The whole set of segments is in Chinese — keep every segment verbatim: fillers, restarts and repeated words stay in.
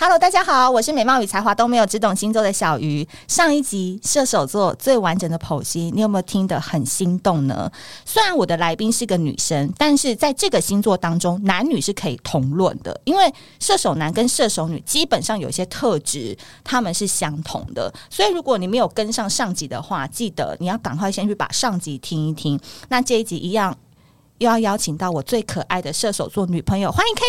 Hello， 大家好，我是美貌与才华都没有，只懂星座的小鱼。上一集射手座最完整的剖析，你有没有听得很心动呢？虽然我的来宾是个女生，但是在这个星座当中，男女是可以同论的，因为射手男跟射手女基本上有一些特质，他们是相同的。所以如果你没有跟上上集的话，记得你要赶快先去把上集听一听。那这一集一样。又要邀请到我最可爱的射手座女朋友，欢迎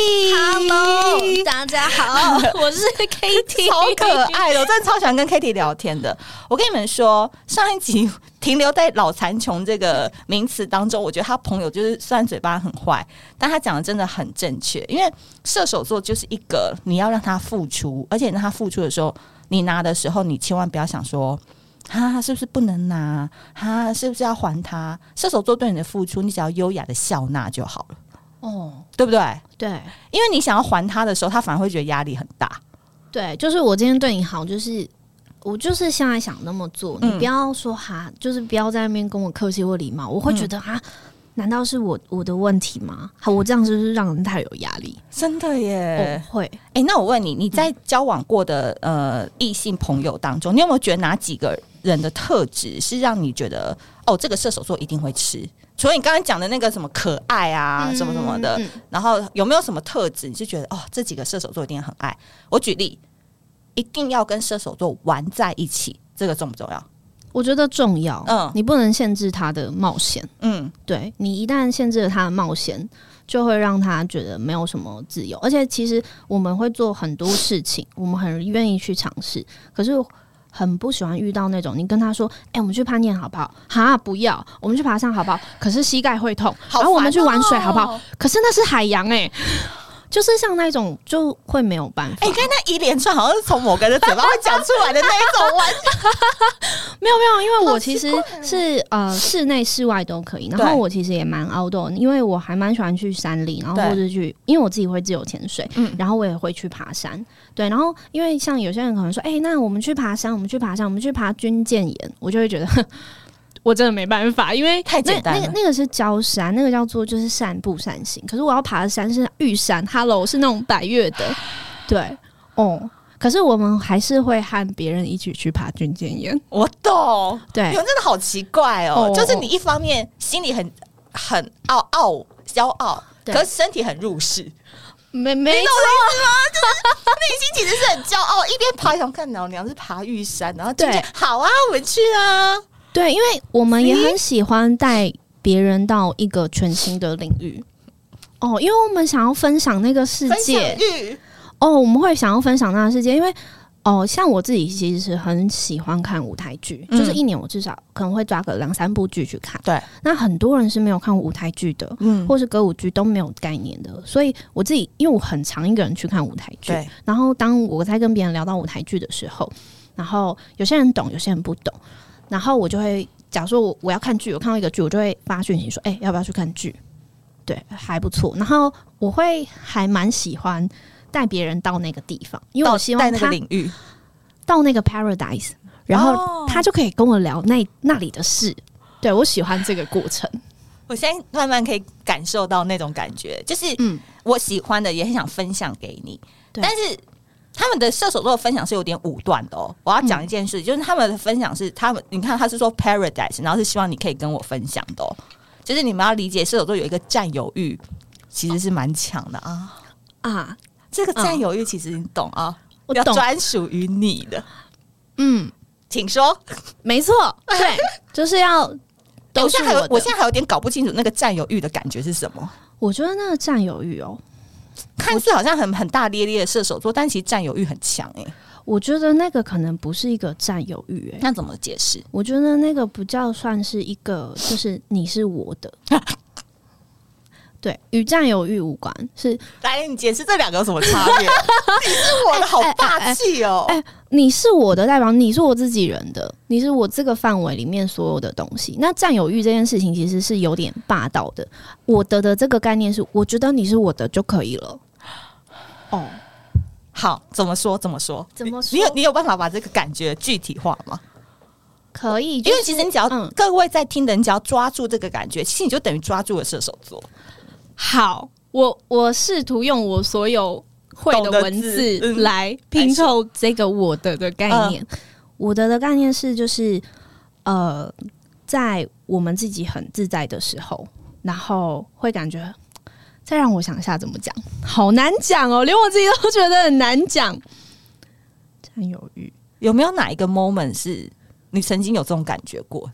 Kitty。Hello， 大家好，我是 Kitty， 超可爱的，我真的超喜欢跟 Kitty 聊天的。我跟你们说，上一集停留在老残穷这个名词当中，我觉得他朋友就是虽然嘴巴很坏，但他讲的真的很正确。因为射手座就是一个你要让他付出，而且让他付出的时候，你拿的时候，你千万不要想说。他是不是不能拿？他是不是要还他？射手座对你的付出，你只要优雅的笑纳就好了，哦，对不对？ 对， 因为你想要还他的时候，他反而会觉得压力很大。 对，就是我今天对你好，就是我就是现在想那么做，嗯、你不要说哈，就是不要在那边跟我客气或礼貌，我会觉得哈。嗯难道是我我的问题吗？好，我这样是不是让人太有压力？ 真的耶， 我会。 哎、欸，那我问你，你在交往过的呃异性朋友当中，你有没有觉得哪几个人的特质是让你觉得哦，这个射手座一定会吃？除了你刚刚讲的那个什么可爱啊，嗯、什么什么的，嗯、然后有没有什么特质你是觉得哦，这几个射手座一定很爱？我举例，一定要跟射手座玩在一起，这个重不重要？ 我觉得重要，嗯，你不能限制他的冒险，嗯，对，你一旦限制了他的冒险，就会让他觉得没有什么自由。而且其实我们会做很多事情，我们很愿意去尝试，可是很不喜欢遇到那种你跟他说，哎、欸，我们去攀岩好不好？哈，不要，我们去爬山好不好？可是膝盖会痛， 哦、 然后我们去玩水好不好？可是那是海洋哎、欸。就是像那种就会没有办法。 哎、欸，刚才那一连串好像是从某个人的嘴巴会讲出来的那一种玩。 没有没有，因为我其实是、哦、呃室内室外都可以，然后我其实也蛮 outdoor， 因为我还蛮喜欢去山里，然后或者去，因为我自己会自由潜水，嗯，然后我也会去爬山，对，然后因为像有些人可能说，哎、欸，那我们去爬山，我们去爬山，我们去爬军舰岩，我就会觉得。我真的没办法，因为太简单了。 那, 那, 那个是郊山，那个叫做就是散步散行。可是我要爬的山是玉山 ，Hello 是那种百岳的，对哦。可是我们还是会和别人一起去爬军舰岩。 我懂， 对， 你们真的好奇怪哦。哦就是你一方面心里很很傲傲骄傲，可是身体很入世。 没没错吗？就是内心其实是很骄傲，一边爬想看老娘是爬玉山，然后对，好啊，我们去啊。 对，因为我们也很喜欢带别人到一个全新的领域哦，因为我们想要分享那个世界哦，我们会想要分享那个世界，因为哦，像我自己其实是很喜欢看舞台剧，嗯、就是一年我至少可能会抓个两三部剧去看。 对， 那很多人是没有看舞台剧的，嗯，或是歌舞剧都没有概念的，所以我自己因为我很常一个人去看舞台剧，然后当我在跟别人聊到舞台剧的时候，然后有些人懂，有些人不懂。然后我就会，假如说我我要看剧，我看到一个剧，我就会发讯息说，哎、欸，要不要去看剧？对，还不错。然后我会还蛮喜欢带别人到那个地方，因为我希望他那个领域， 到那个 paradise， 然后他就可以跟我聊那那里的事。对，我喜欢这个过程。 我现在慢慢可以感受到那种感觉，就是嗯，我喜欢的也很想分享给你，但是。他们的射手座的分享是有点武断的哦。我要讲一件事，嗯、就是他们的分享是他们，你看他是说 paradise， 然后是希望你可以跟我分享的哦。就是你们要理解射手座有一个占有欲，其实是蛮强的啊啊！这个占有欲其实你懂啊，我懂，要专属于你的。嗯，请说。 没错，对，就是要都是我的。我现在还有， 我现在还有点搞不清楚那个占有欲的感觉是什么。 我觉得那个占有欲哦。 看似好像很很大咧咧的射手座，但其实占有欲很强哎、欸。 我觉得那个可能不是一个占有欲哎、欸， 那怎么解释？ 我觉得那个不叫算是一个，就是你是我的，对，与占有欲无关。是来，你解释这两个有什么差别？你是我的，好霸气哦！ 哎、欸欸欸欸，你是我的，代表你是我自己人的，你是我这个范围里面所有的东西。那占有欲这件事情其实是有点霸道的。我的的这个概念是，我觉得你是我的就可以了。哦， 好，怎么说？怎么说？ 怎么说？ 你有你有办法把这个感觉具体化吗？ 可以，就是、 因为其实你只要、嗯、各位在听的，你只要抓住这个感觉，其实你就等于抓住了射手座。 好，我我试图用我所有会的文字来拼凑这个我的的概念。嗯、我的的概念是就是呃，在我们自己很自在的时候，然后会感觉，再让我想一下怎么讲，好难讲哦，连我自己都觉得很难讲。占有欲有没有哪一个 moment 是你曾经有这种感觉过？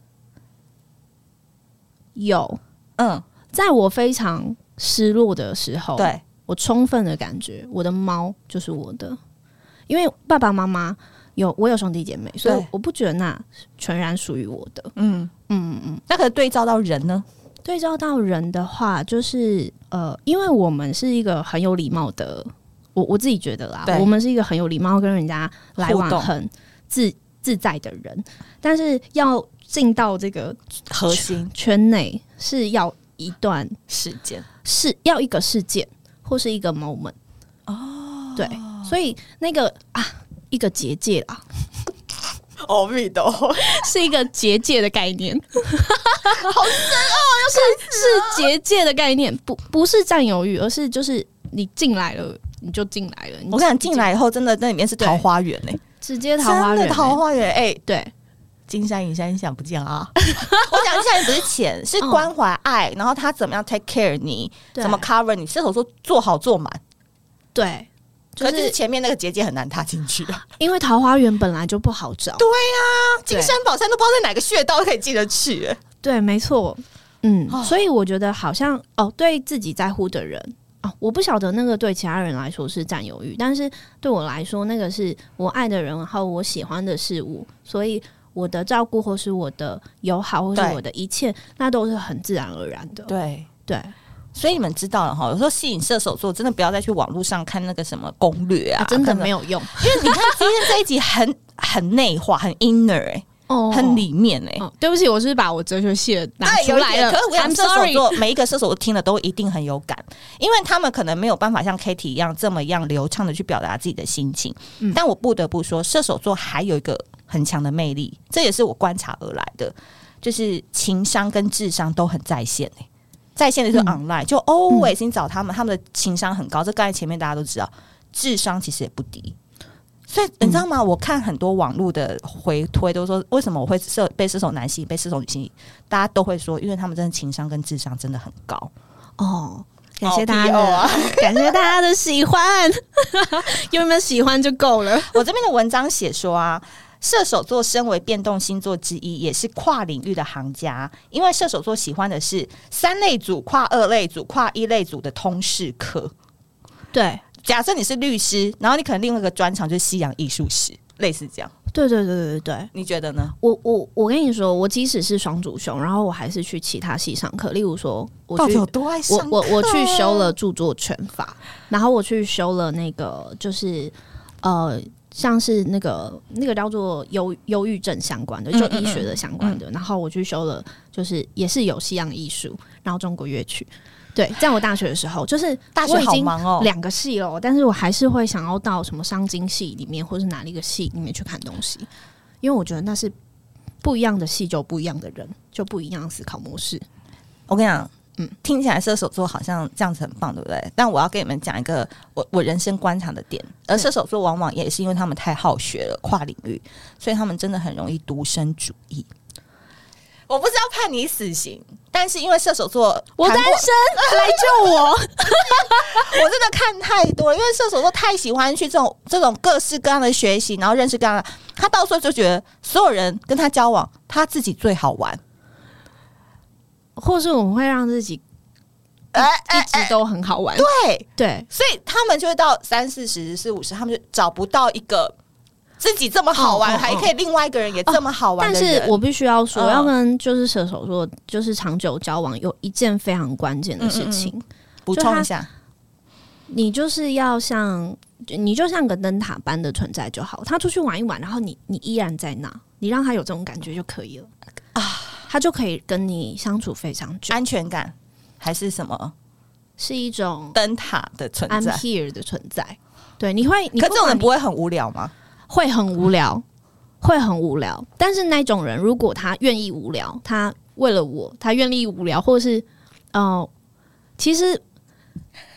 有，嗯，在我非常失落的时候， 对我充分的感觉我的猫就是我的，因为爸爸妈妈有我有兄弟姐妹，所以我不觉得那全然属于我的。嗯嗯嗯，那可对照到人呢？ 对照到人的话，就是呃，因为我们是一个很有礼貌的，我我自己觉得啦，我们是一个很有礼貌跟人家来往很自自在的人，但是要进到这个核心圈内是要一段时间， 是要一个事件或是一个 moment 哦，对，所以那个啊，一个结界啦， 阿弥陀佛， 是一个结界的概念， 好深奥， 是是结界的概念，不不是占有欲，而是就是你进来了，你就进来了。 我跟你讲，进来以后真的那里面是桃花源哎、欸， 直接桃花源、欸， 真的桃花源哎、欸， 对。 金山银山想不见啊！我讲金山不是钱，是关怀爱，然后他怎么样 take care 你，怎么 cover 你，射手座做好做满。 对， 就是、可是前面那个结界很难踏进去啊， 因为桃花源本来就不好找。 对呀、啊，金山宝山都不知道在哪个穴道可以进得去、欸。 对，没错。嗯、哦，所以我觉得好像哦，对自己在乎的人哦，我不晓得那个对其他人来说是占有欲，但是对我来说，那个是我爱的人，然后我喜欢的事物，所以。我的照顾或是我的友好或是我的一切，那都是很自然而然的。 对对， 所以你们知道了哈，有时候吸引射手座真的不要再去网络上看那个什么攻略啊， 啊真的没有用。 因为你看今天这一集很很内化，很 inner 哎、欸。哦，很里面哎、欸哦， 对不起，我是不是把我哲学系的拿出来了。 可是我想射手座每一个射手座听了都一定很有感，因为他们可能没有办法像 Katie 一样这么样流畅的去表达自己的心情。嗯、但我不得不说，射手座还有一个很强的魅力，这也是我观察而来的，就是情商跟智商都很在线、欸、在线的就是 online，、嗯、就 always 你找他们，他们的情商很高，这刚才前面大家都知道，智商其实也不低。所以你知道吗？嗯、我看很多网络的回推都说，为什么我会射被射手男吸引，被射手女吸引？大家都会说，因为他们真的情商跟智商真的很高。 哦，感谢大家的，哦啊、感谢大家的喜欢，有没有喜欢就够了。 我这边的文章写说啊，射手座身为变动星座之一，也是跨领域的行家，因为射手座喜欢的是三类组、跨二类组、跨一类组的通识课。 对。 假设你是律师，然后你可能另外一个专长就是西洋艺术史，类似这样。 对对对对对， 你觉得呢？ 我我我跟你说，我即使是双主修，然后我还是去其他系上课。例如说，我去到底有多爱上课？ 我我我去修了著作权法，然后我去修了那个就是呃，像是那个那个叫做忧忧郁症相关的，就医学的相关的。嗯嗯嗯、然后我去修了，就是也是有西洋艺术，然后中国乐曲。对，在我大学的时候，就是大学好忙哦， 两个系了，但是我还是会想要到什么商经系里面，或是哪一个系里面去看东西，因为我觉得那是不一样的系，就不一样的人，就不一样的思考模式。 我跟你讲，嗯，听起来射手座好像这样子很棒，对不对？但我要跟你们讲一个我我人生观察的点，而射手座往往也是因为他们太好学了，跨领域，所以他们真的很容易独身主义。我不是要判你死刑，但是因为射手座， 我单身，来救我！我真的看太多了，因为射手座太喜欢去这种这种各式各样的学习，然后认识各样的，他到时候就觉得所有人跟他交往，他自己最好玩， 或是我们会让自己一、欸欸、一直都很好玩。 对对， 所以他们就会到三四十、四五十，他们就找不到一个。自己这么好玩，哦哦哦还可以另外一个人也这么好玩的人、哦、 但是我必须要说，嗯、要跟就是射手座就是长久交往，有一件非常关键的事情， 补充一下， 你就是要像你就像个灯塔般的存在就好。他出去玩一玩，然后你你依然在那，你让他有这种感觉就可以了啊，他就可以跟你相处非常久， 安全感还是什么？ 是一种灯塔的存在 ，I'm here 的存在。对，你会，你可这种人不会很无聊吗？ 会很无聊，会很无聊。但是那种人，如果他愿意无聊，他为了我，他愿意无聊，或是哦、呃，其实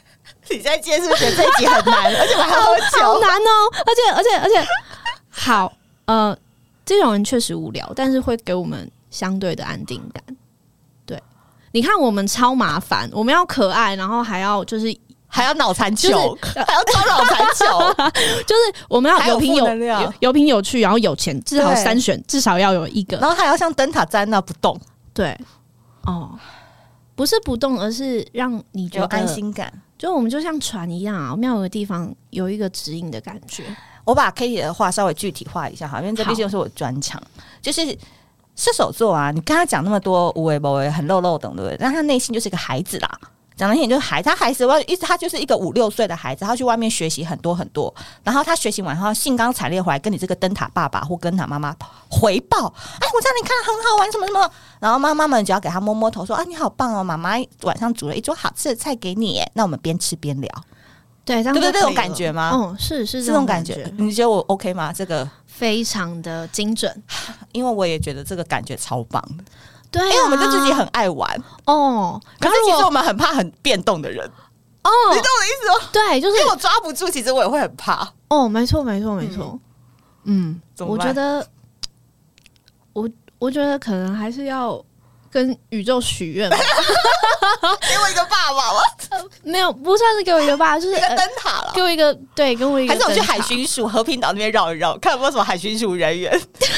你现在今天是不是觉得这一集很难，而且我还喝酒， 好难哦！而且而且而且，好呃，这种人确实无聊，但是会给我们相对的安定感。对，你看我们超麻烦，我们要可爱，然后还要就是还要脑残球， 就是、 还要招脑残球， 就是我们要有凭有有有凭有据，然后有钱，至少三选，至少要有一个， 然后还要像灯塔在那不动。 对，哦。不是不动，而是让你觉得有安心感。 就我们就像船一样啊，我们要有个地方有一个指引的感觉。 我把 Katie 的话稍微具体化一下哈，因为这毕竟是我专长。就是射手座啊，你跟他讲那么多无为不为很漏漏等，对不对？但他内心就是一个孩子啦。讲难听点就是孩子，他孩子我意思，他就是一个五六岁的孩子，他去外面学习很多很多，然后他学习完后兴高采烈回来跟你这个灯塔爸爸或灯塔妈妈回报，哎，我这样你看很好玩什么什么，然后妈妈们只要给他摸摸头说啊你好棒哦，妈妈晚上煮了一桌好吃的菜给你耶，那我们边吃边聊， 对，这样对对，这种感觉吗？ 哦，是是这种感觉，你觉得我 OK 吗？这个非常的精准， 因为我也觉得这个感觉超棒的。 对、啊， 因为我们就自己很爱玩哦， 可是其实我们很怕很变动的人哦，你懂我的意思吗？ 对，就是因为我抓不住，其实我也会很怕。 哦，没错，没错，没错。嗯，嗯我觉得，我我觉得可能还是要跟宇宙许愿吧， 给我一个爸爸吗？ 呃、没有，不算是给我一个爸爸，就是一个灯塔了、呃， 给我一个对，给我一个， 还是我去海巡署和平岛那边绕一绕，看有没有什么海巡署人员。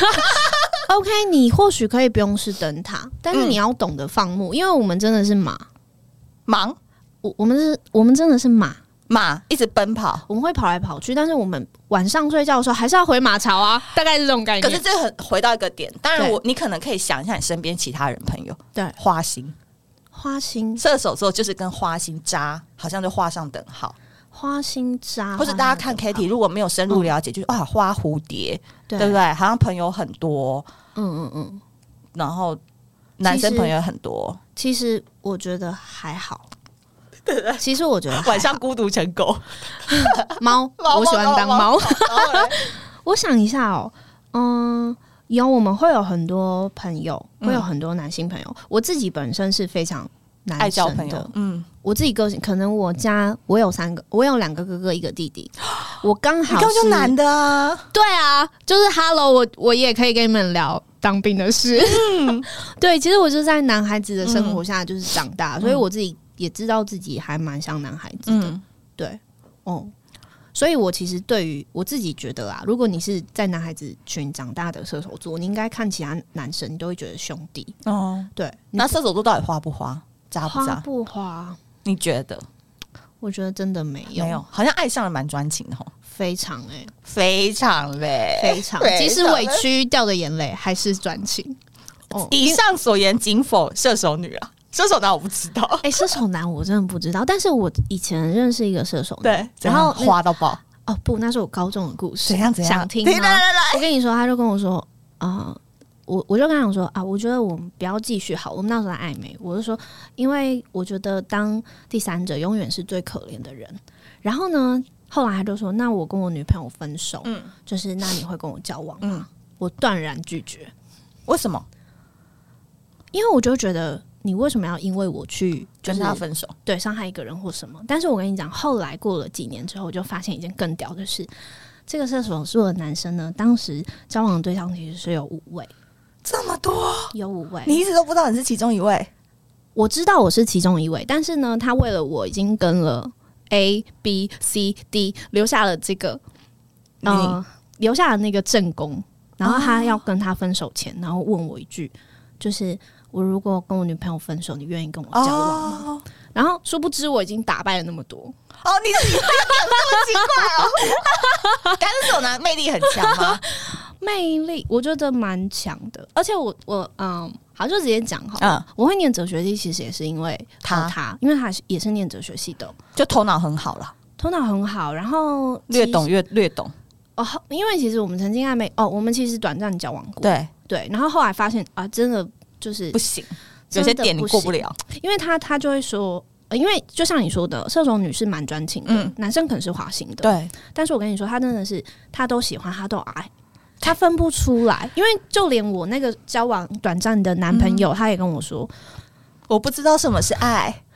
OK， 你或许可以不用是灯塔，但是你要懂得放牧，嗯、因为我们真的是马忙， 我我们是，我们真的是马马，一直奔跑， 我们会跑来跑去，但是我们晚上睡觉的时候还是要回马槽啊，大概是这种概念。 可是这很回到一个点，当然我你可能可以想一下你身边其他人朋友， 对， 花心， 花心， 射手座就是跟花心渣好像就画上等号。 花心渣， 或者大家看 Katie 如果没有深入了解，嗯、就是哇花蝴蝶，对，对不对？好像朋友很多， 嗯嗯嗯， 然后男生朋友很多。 其实, 其实我觉得还好，对对，其实我觉得晚上孤独成狗， 猫，我喜欢当猫。我想一下哦，嗯，有我们会有很多朋友，会有很多男性朋友。嗯、我自己本身是非常。 爱交朋友，嗯， 我自己个性，可能我家我有三个，我有两个哥哥，一个弟弟，我刚好是， 你刚就男的啊， 对啊，就是 Hello， 我我也可以跟你们聊当兵的事，嗯、对，其实我就是在男孩子的生活下就是长大，嗯、所以我自己也知道自己还蛮像男孩子的，嗯、对，哦，所以我其实对于我自己觉得啊，如果你是在男孩子群长大的射手座，你应该看其他男生，你都会觉得兄弟，哦，对， 那射手座到底花不花？渣不渣？ 花不花？ 你觉得？ 我觉得真的没有， 没有，好像爱上了蛮专情的， 非常哎、欸， 非常嘞， 非常，即使委屈掉的眼泪还是专情。 哦，以上所言仅否射手女啊，射手男我不知道。 哎、欸，射手男我真的不知道，但是我以前认识一个射手男，对，然后花到爆。 哦不，那是我高中的故事。 怎样怎样？ 想听吗？来来来，我跟你说，他就跟我说，啊、呃。我我就跟他讲说啊，我觉得我们不要继续好，我们那时候还暧昧。我就说，因为我觉得当第三者永远是最可怜的人。然后呢，后来他就说，那我跟我女朋友分手，嗯，就是那你会跟我交往吗？嗯，我断然拒绝。 为什么？ 因为我就觉得你为什么要因为我去、就是、 跟他分手， 对，伤害一个人或什么？但是我跟你讲，后来过了几年之后，我就发现一件更屌的事：这个射手座的男生呢，当时交往的对象其实是有五位。 这么多， 有五位， 你一直都不知道你是其中一位。 我知道我是其中一位，但是呢，他为了我已经跟了 A B C D 留下了这个呃留下了那个正宫，然后他要跟他分手前，然后问我一句，就是我如果跟我女朋友分手，你愿意跟我交往吗？哦、然后殊不知我已经打败了那么多。 哦，你的这么奇怪哦！但是手男魅力很强吗？ 魅力我觉得蛮强的，而且我我嗯，好就直接讲好了、嗯。我会念哲学系，其实也是因为他，他因为他也是念哲学系的， 就头脑很好啦， 头脑很好，然后略懂越略懂哦。因为其实我们曾经暧昧哦，我们其实短暂交往过， 对对，然后后来发现啊，真的就是不行，有些点你过不了， 因为他他就会说。因为就像你说的，射手女是蛮专情的、嗯，男生可能是花心的， 对。 但是我跟你说，他真的是他都喜欢，他都爱，他分不出来。因为就连我那个交往短暂的男朋友，嗯、他也跟我说， 我不知道什么是爱。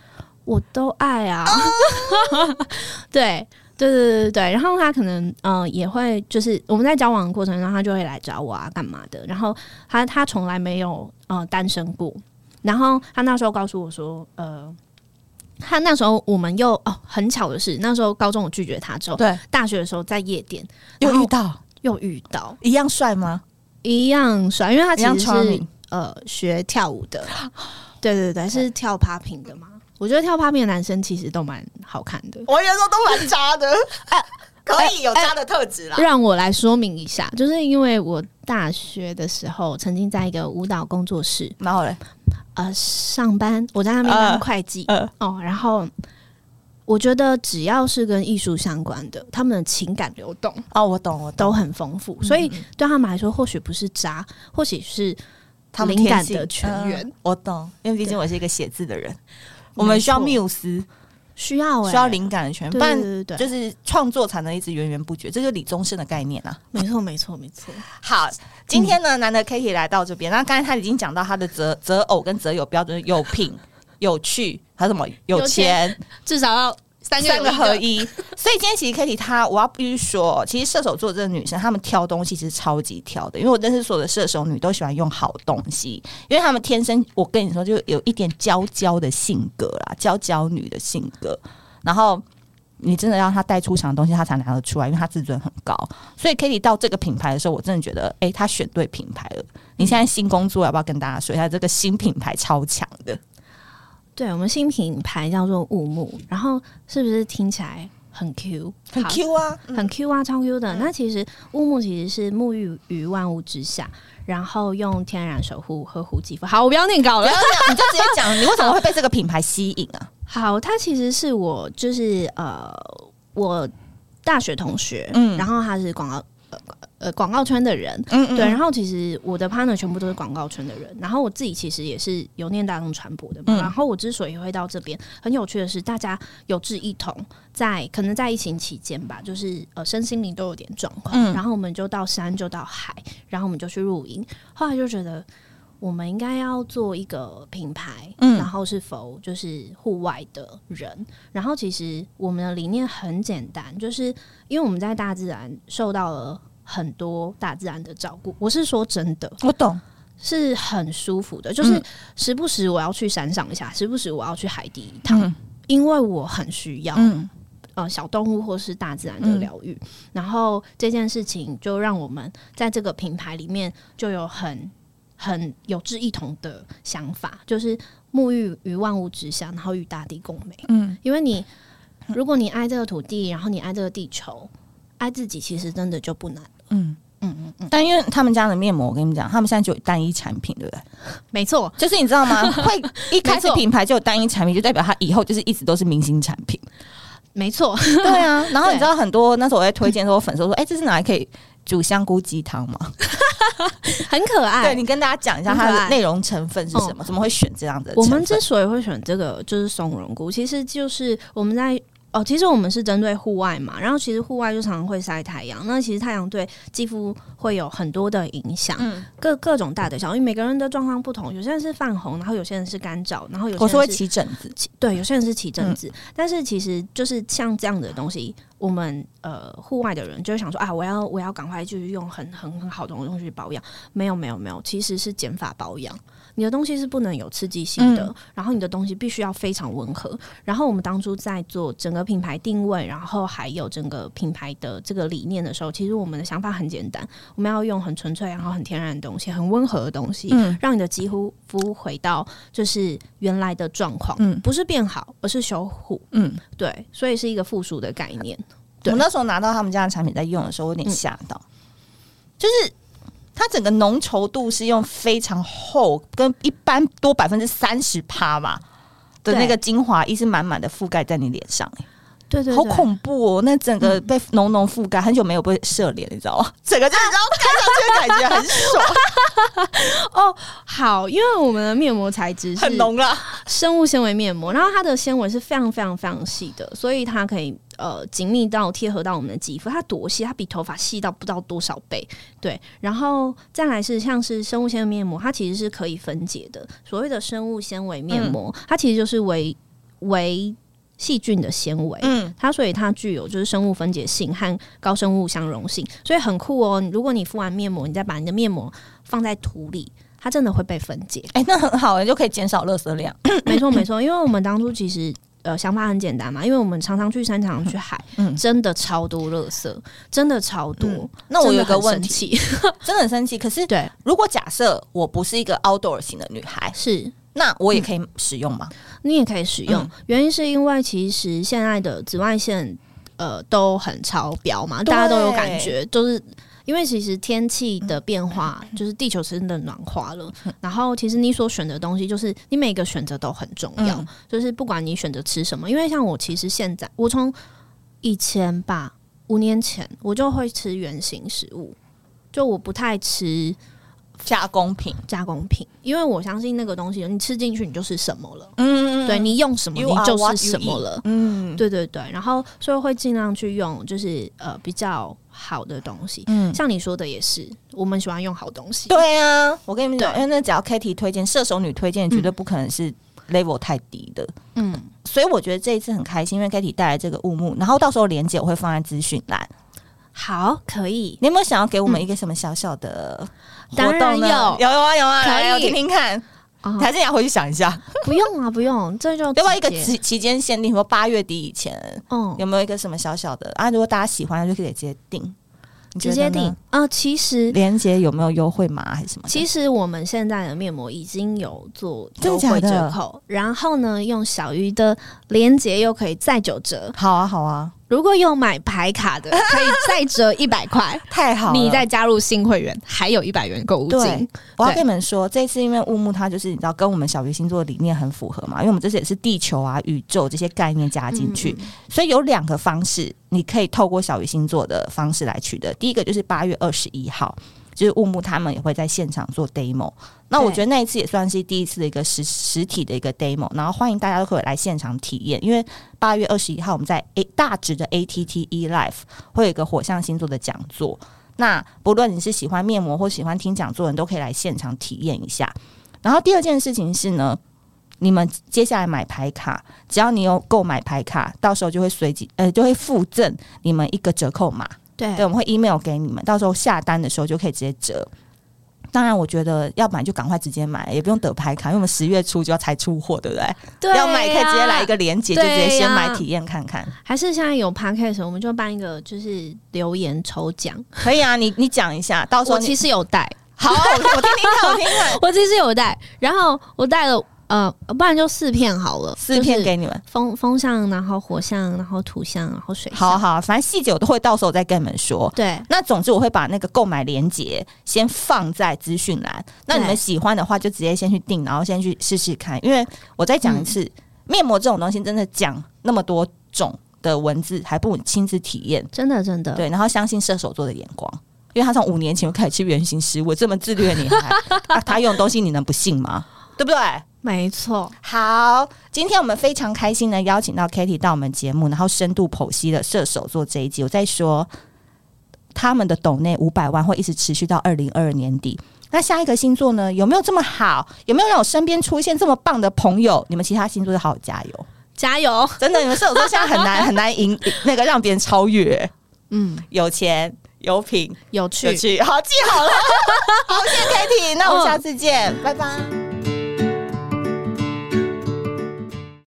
我都爱啊，对。对对对对，然后他可能呃也会就是我们在交往的过程中，他就会来找我啊干嘛的，然后他他从来没有呃单身过，然后他那时候告诉我说呃。他那时候我们又哦，很巧的是，那时候高中我拒绝他之后， 对， 大学的时候在夜店又遇到， 又遇到， 一样帅吗？ 一样帅，因为他其实是呃学跳舞的，对对对，是跳 popping 的嘛。我觉得跳 popping 的男生其实都蛮好看的， 我有时候都蛮渣的，哎，可以有渣的特质啦。 让我来说明一下，就是因为我大学的时候曾经在一个舞蹈工作室， 然后嘞。 呃，上班我在那边当会计、呃呃、哦，然后我觉得只要是跟艺术相关的，他们的情感流动哦，我懂，我懂， 都很丰富，所以对他们来说，或许不是渣，或许是灵感的泉源、呃。 我懂，因为毕竟我是一个写字的人，我们需要缪斯。 需要、欸、 需要灵感的泉源，不然对就是创作才能一直源源不绝，这就是李宗盛的概念啊。 没错，没错，没错。 好，今天呢，难得 Kitty 来到这边，那刚才他已经讲到他的择择偶跟择友标准，有品、有趣，还有什么有钱， 至少要。三个, 三个合一，所以今天其实 Kitty 她，我要必须说，其实射手座这个女生，她们挑东西是超级挑的，因为我认识所有的射手女都喜欢用好东西，因为她们天生，我跟你说，就有一点娇娇的性格啦，娇娇女的性格，然后你真的让她带出场的东西，她才拿得出来，因为她自尊很高，所以 Kitty 到这个品牌的时候，我真的觉得，哎、欸，她选对品牌了。你现在新工作要不要跟大家说一下？这个新品牌超强的。 对，我们新品牌叫做雾木，然后是不是听起来很 Q， 很 Q 啊， 很 Q 啊，超 Q 的。嗯、那其实雾木其实是沐浴于万物之下，然后用天然守护呵护肌肤。好，我不要念稿了， 你就直接讲，你为什么会被这个品牌吸引啊？ 好，它其实是我就是呃，我大学同学，嗯，然后他是广告。呃，广告圈的人，嗯嗯对，然后其实我的 partner 全部都是广告圈的人，然后我自己其实也是有念大众传播的嘛、嗯，然后我之所以会到这边，很有趣的是，大家有志一同，在可能在疫情期间吧，就是呃身心灵都有点状况、嗯，然后我们就到山，就到海，然后我们就去露营，后来就觉得我们应该要做一个品牌，嗯，然后是否就是户外的人，然后其实我们的理念很简单，就是因为我们在大自然受到了很多大自然的照顾，我是说真的， 我懂， 是很舒服的。就是时不时我要去山上一下，时不时我要去海底一趟，嗯、因为我很需要、嗯、呃小动物或是大自然的疗愈、嗯。然后这件事情就让我们在这个品牌里面就有很很有志一同的想法，就是沐浴于万物之下，然后与大地共美。嗯，因为你如果你爱这个土地，然后你爱这个地球。爱自己其实真的就不难了，嗯嗯嗯嗯。但因为他们家的面膜，我跟你们讲，他们现在就有单一产品，对不对？ 没错， 就是你知道吗？会一开始品牌就有单一产品，就代表它以后就是一直都是明星产品。 没错， 对啊。然后你知道很多那时候我在推荐的时候，粉丝说：“哎、欸，这是拿来可以煮香菇鸡汤吗？” 很可爱。 对，你跟大家讲一下它的内容成分是什么？怎么会选这样的？ 我们之所以会选这个，就是松茸菇，其实就是我们在。哦，其实我们是针对户外嘛，然后其实户外就常常会晒太阳，那其实太阳对肌肤会有很多的影响，嗯、各各种大的小，因为每个人的状况不同，有些人是泛红，然后有些人是干燥，然后有些人是我说会起疹子， 对，有些人是起疹子、嗯，但是其实就是像这样的东西，我们呃户外的人就会想说啊，我要我要赶快就是用很很很好的东西去保养，没有没有没有，其实是减法保养。你的东西是不能有刺激性的、嗯、然后你的东西必须要非常温和，然后我们当初在做整个品牌定位，然后还有整个品牌的这个理念的时候，其实我们的想法很简单，我们要用很纯粹然后很天然的东西，很温和的东西、嗯、让你的肌肤回到就是原来的状况、嗯、不是变好而是修护，嗯，对，所以是一个复数的概念。 我那时候拿到他们家的产品在用的时候，我有点吓到、嗯、就是它整个浓稠度是用非常厚，跟一般多百分之三十趴吧的那个精华液是满满的覆盖在你脸上、欸， 对对对， 好恐怖哦！那整个被浓浓覆盖、嗯，很久没有被射脸，你知道吗？整个就你知道看上去的感觉很爽。 哦，好，因为我们的面膜材质是很浓啦， 生物纤维面膜，然后它的纤维是非常非常非常细的，所以它可以呃紧密到贴合到我们的肌肤。它多细？它比头发细到不知道多少倍。对，然后再来是像是生物纤维面膜，它其实是可以分解的。所谓的生物纤维面膜，嗯、它其实就是微微细菌的纤维，嗯，它所以它具有就是生物分解性和高生物相容性，所以很酷哦。如果你敷完面膜，你再把你的面膜放在土里，它真的会被分解。 哎、欸，那很好，你就可以减少垃圾量。 没错没错，因为我们当初其实呃想法很简单嘛，因为我们常常去山，常常去海，嗯，真的超多垃圾，真的超多。嗯、 那我有个问题，真的很生气。可是， 对， 如果假设我不是一个 outdoor 型的女孩， 是。 那我也可以使用吗？ 嗯、你也可以使用、嗯，原因是因为其实现在的紫外线呃都很超标嘛，大家都有感觉，就是因为其实天气的变化，嗯、就是地球真的暖化了、嗯，然后其实你所选的东西，就是你每个选择都很重要、嗯，就是不管你选择吃什么，因为像我其实现在我从以前吧，五年前我就会吃原型食物，就我不太吃。 加工品， 加工品，因为我相信那个东西，你吃进去你就是什么了，嗯，对你用什么你就是什么了，嗯，对对对，然后所以会尽量去用，就是呃比较好的东西，嗯，像你说的也是，我们喜欢用好东西， 对啊，我跟你们讲，因为那只要 Katie 推荐，射手女推荐，绝对不可能是 level 太低的，嗯，所以我觉得这一次很开心，因为 Katie 带来这个雾幕，然后到时候连结我会放在资讯栏。 好，可以。 你有没有想要给我们一个什么小小的活动呢？ 当然有， 有有啊有啊，来，我听听看。哦、还是你要回去想一下？ 不用啊，不用，这就要不要一个期期间限定，说八月底以前，嗯，有没有一个什么小小的啊？如果大家喜欢，就可以直接订， 直接订啊。其实连结有没有优惠码还是什么？ 其实我们现在的面膜已经有做优惠折扣，然后呢，用小鱼的连结又可以再九折。 好啊，好啊。 如果有买牌卡的，可以再折一百块， 太好了！ 你再加入新会员，还有一百元购物金。 我要跟你们说，这次因为雾幕它就是你知道跟我们小鱼星座的理念很符合嘛，因为我们这次也是地球啊、宇宙这些概念加进去，嗯、所以有两个方式，你可以透过小鱼星座的方式来取得。第一个就是八月二十一号。就是雾幕他们也会在现场做 demo， 那我觉得那一次也算是第一次的一个实实体的一个 demo， 然后欢迎大家都可以来现场体验。因为八月二十一号我们在 A 大直的 A T T E Live 会有一个火象星座的讲座，那不论你是喜欢面膜或喜欢听讲座的人都可以来现场体验一下。然后第二件事情是呢，你们接下来买牌卡，只要你有购买牌卡，到时候就会随机呃就会附赠你们一个折扣码。对, 对，我们会 email 给你们，到时候下单的时候就可以直接折。当然，我觉得要买就赶快直接买，也不用等牌卡，因为我们十月初就要才出货，对不对？ 对、啊， 要买可以直接来一个连结，就直接先买体验看看。 还是现在有 podcast， 我们就办一个就是留言抽奖， 可以啊。你你讲一下，到时候我其实有带， 好，我听听看，我听听看。 我其实有带，然后我带了。呃，不然就四片好了， 四片给你们， 风风象，然后火象，然后土象，然后水象。 好好，反正细节我都会到时候再跟你们说。 对， 那总之我会把那个购买链接先放在资讯栏，那你们喜欢的话就直接先去订，然后先去试试看。因为我再讲一次、嗯，面膜这种东西真的讲那么多种的文字，还不如亲自体验， 真的真的。 对，然后相信射手座的眼光。因为他从五年前就开始吃原型食物，这么自律的女孩，啊、他用的东西你能不信吗？对不对？ 没错。 好，今天我们非常开心的邀请到 Katie 到我们节目，然后深度剖析了射手座这一集。我在说他们的斗内五百万会一直持续到二零二二年底。那下一个星座呢？有没有这么好？有没有让我身边出现这么棒的朋友？你们其他星座就好好加油， 加油！真的，你们射手座现在很难很难赢那个让别人超越。嗯，有钱。有品， 有趣， 有趣，好，记好了。好，谢谢 Katie， 那我们下次见，嗯、拜拜。